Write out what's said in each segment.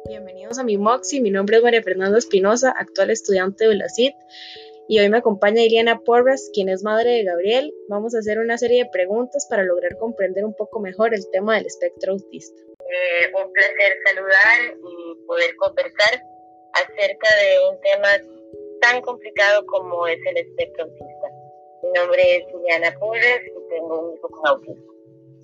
Bienvenidos a mi Moxie, mi nombre es María Fernanda Espinosa, actual estudiante de la CIT, y hoy me acompaña Iliana Porras, quien es madre de Gabriel. Vamos a hacer una serie de preguntas para lograr comprender un poco mejor el tema del espectro autista. Un placer saludar y poder conversar acerca de un tema tan complicado como es el espectro autista. Mi nombre es Iliana Porras y tengo un hijo con autismo.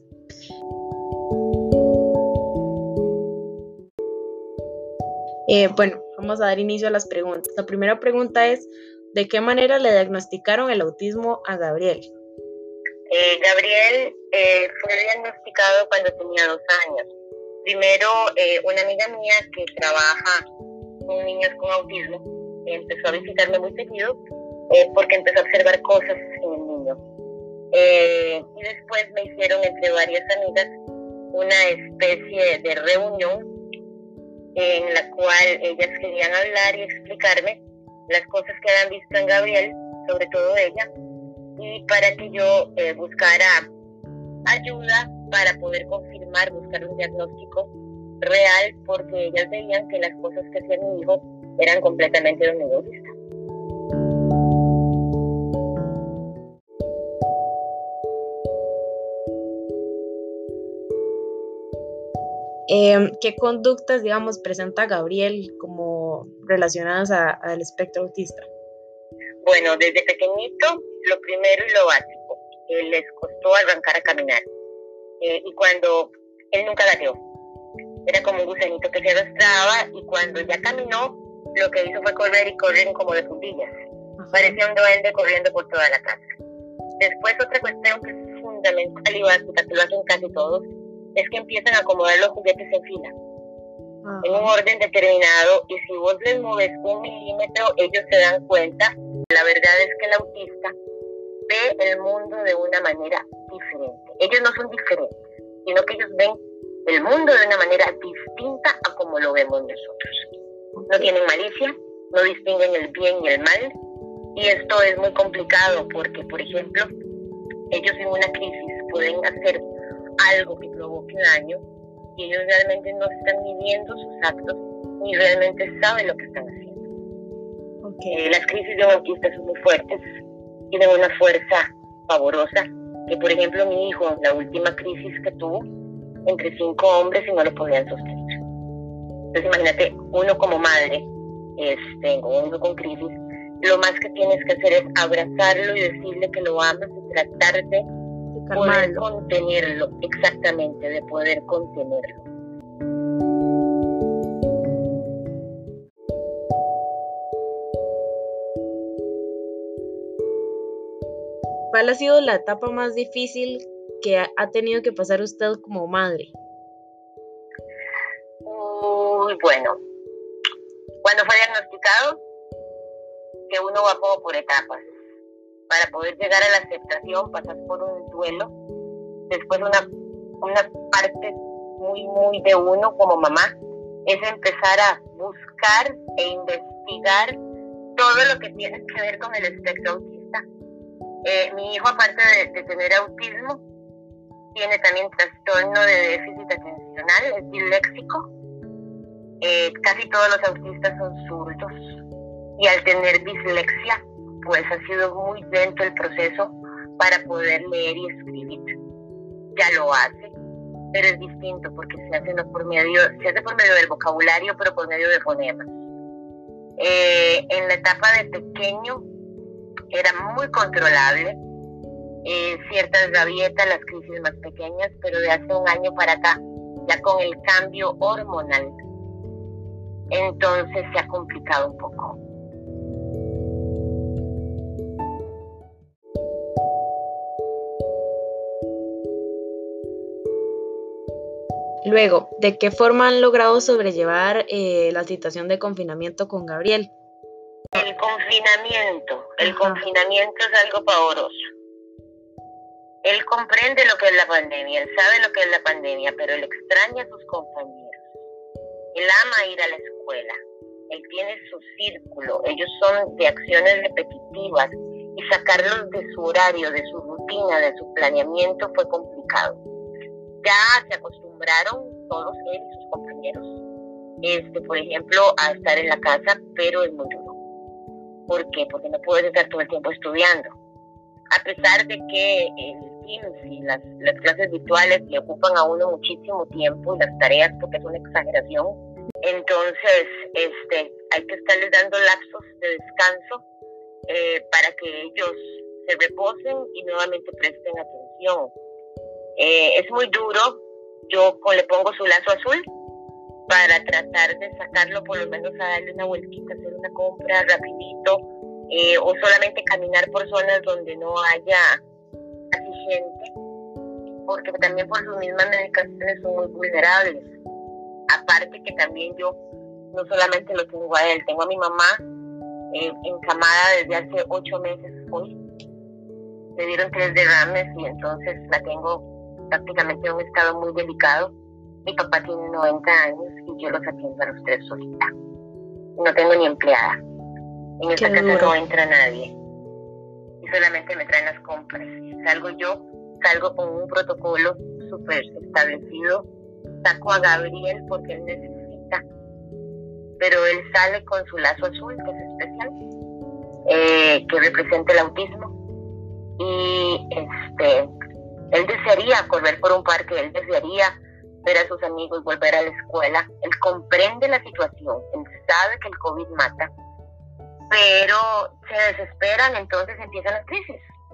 Bueno, vamos a dar inicio a las preguntas. La primera pregunta es, ¿de qué manera le diagnosticaron el autismo a Gabriel? Gabriel fue diagnosticado cuando tenía 2 años. Primero, una amiga mía que trabaja con niños con autismo empezó a visitarme muy seguido porque empezó a observar cosas en el niño. Y después me hicieron entre varias amigas una especie de reunión en la cual ellas querían hablar y explicarme las cosas que habían visto en Gabriel, sobre todo ella, y para que yo buscara ayuda para poder confirmar, buscar un diagnóstico real, porque ellas veían que las cosas que hacía mi hijo eran completamente de un niño autista. ¿Qué conductas, digamos, presenta Gabriel como relacionadas al espectro autista? Bueno, desde pequeñito, lo primero y lo básico, les costó arrancar a caminar. Y cuando él nunca gateó, era como un gusanito que se arrastraba, y cuando ya caminó, lo que hizo fue correr y correr como de puntillas. Parecía un duende corriendo por toda la casa. Después, otra cuestión que es fundamental y básica, que lo hacen casi todos, es que empiezan a acomodar los juguetes en fila, en un orden determinado, y si vos les mueves 1 milímetro, ellos se dan cuenta. La verdad es que el autista ve el mundo de una manera diferente. Ellos no son diferentes, sino que ellos ven el mundo de una manera distinta a como lo vemos nosotros. No tienen malicia, no distinguen el bien y el mal, y esto es muy complicado porque, por ejemplo, ellos en una crisis pueden hacer algo que provoque daño y ellos realmente no están midiendo sus actos ni realmente saben lo que están haciendo. Las crisis de un autista son muy fuertes, tienen una fuerza pavorosa, que por ejemplo mi hijo en la última crisis que tuvo, entre 5 hombres y no lo podían sostener. Entonces imagínate, uno como madre, o uno con crisis, lo más que tienes que hacer es abrazarlo y decirle que lo amas y tratar de poder contenerlo, exactamente, de poder contenerlo. ¿Cuál ha sido la etapa más difícil que ha tenido que pasar usted como madre? Bueno, cuando fue diagnosticado, que uno va como por etapas. Para poder llegar a la aceptación, pasas por un duelo, después una parte muy de uno como mamá, es empezar a buscar e investigar todo lo que tiene que ver con el espectro autista. Mi hijo, aparte de tener autismo, tiene también trastorno de déficit atencional, es disléxico. Casi todos los autistas son zurdos, y al tener dislexia, pues ha sido muy lento el proceso para poder leer y escribir. Ya lo hace, pero es distinto porque se hace por medio del vocabulario, pero por medio de fonemas. En la etapa de pequeño era muy controlable, ciertas rabietas, las crisis más pequeñas, pero de hace 1 año para acá, ya con el cambio hormonal, entonces se ha complicado un poco. Luego, ¿de qué forma han logrado sobrellevar la situación de confinamiento con Gabriel? El confinamiento es algo pavoroso. Él comprende lo que es la pandemia, él sabe lo que es la pandemia, pero él extraña a sus compañeros. Él ama ir a la escuela, él tiene su círculo, ellos son de acciones repetitivas, y sacarlos de su horario, de su rutina, de su planeamiento fue complicado. Ya se acostumbraron todos él y sus compañeros por ejemplo, a estar en la casa, pero es muy duro. ¿Por qué? Porque no puedes estar todo el tiempo estudiando. A pesar de que el Teams y las clases virtuales le ocupan a uno muchísimo tiempo y las tareas, porque es una exageración, entonces hay que estarles dando lapsos de descanso para que ellos se reposen y nuevamente presten atención. Es muy duro. Yo le pongo su lazo azul para tratar de sacarlo, por lo menos a darle una vueltita, hacer una compra rapidito, o solamente caminar por zonas donde no haya casi gente, porque también por sus mismas medicaciones son muy vulnerables. Aparte que también yo no solamente lo tengo a él, tengo a mi mamá encamada desde hace 8 meses hoy. Le dieron 3 derrames y entonces la tengo prácticamente en un estado muy delicado. Mi papá tiene 90 años y yo los atiendo a los 3 solita. No tengo ni empleada. En esta casa no entra nadie. Y solamente me traen las compras. Salgo con un protocolo súper establecido. Saco a Gabriel porque él necesita. Pero él sale con su lazo azul, que es especial, que representa el autismo. Y él desearía correr por un parque, él desearía ver a sus amigos, volver a la escuela. Él comprende la situación, él sabe que el COVID mata, pero se desesperan, entonces empiezan las crisis.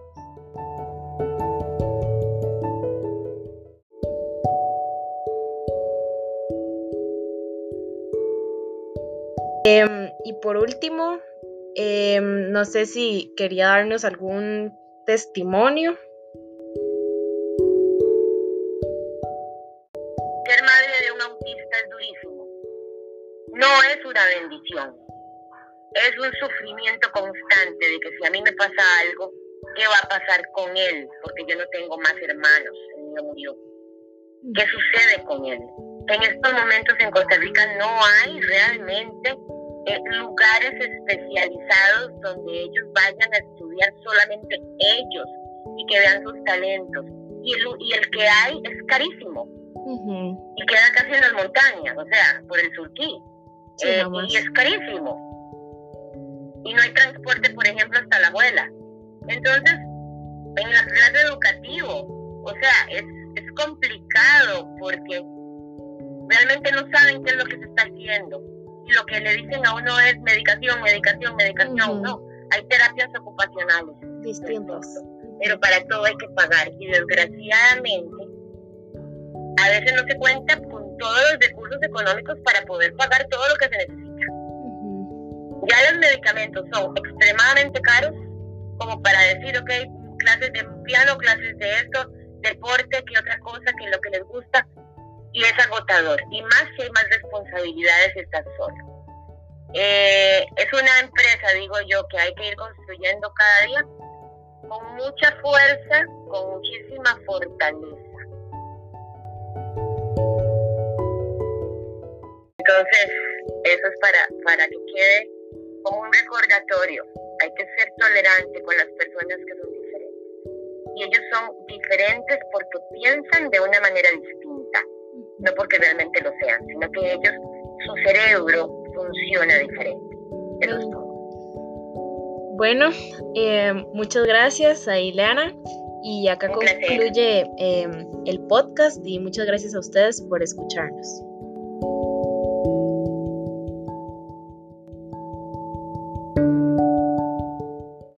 Y por último, no sé si quería darnos algún testimonio. Ser madre de un autista es durísimo. No es una bendición. Es un sufrimiento constante de que si a mí me pasa algo, ¿qué va a pasar con él? Porque yo no tengo más hermanos, el mío murió. ¿Qué sucede con él? En estos momentos en Costa Rica no hay realmente lugares especializados donde ellos vayan a estudiar solamente ellos y que vean sus talentos. Y el que hay es carísimo. Uh-huh. Y queda casi en las montañas, o sea, por el Surquí. Sí, y es carísimo. Y no hay transporte, por ejemplo, hasta la abuela. Entonces, en el plan educativo, o sea, es complicado porque realmente no saben qué es lo que se está haciendo. Y lo que le dicen a uno es medicación. Uh-huh. No, hay terapias ocupacionales distintas. Pero para todo hay que pagar. Y desgraciadamente, a veces no se cuenta con todos los recursos económicos para poder pagar todo lo que se necesita. Uh-huh. Ya los medicamentos son extremadamente caros, como para decir, ok, clases de piano, clases de esto, deporte, que otra cosa, que lo que les gusta. Y es agotador, y más si hay más responsabilidades y estás solo. Es una empresa, digo yo, que hay que ir construyendo cada día con mucha fuerza, con muchísima fortaleza. Entonces, eso es para que quede como un recordatorio. Hay que ser tolerante con las personas que son diferentes. Y ellos son diferentes porque piensan de una manera distinta. No porque realmente lo sean, sino que ellos, su cerebro funciona diferente. Eso es todo. Bueno, muchas gracias a Ileana, y acá concluye el podcast, y muchas gracias a ustedes por escucharnos.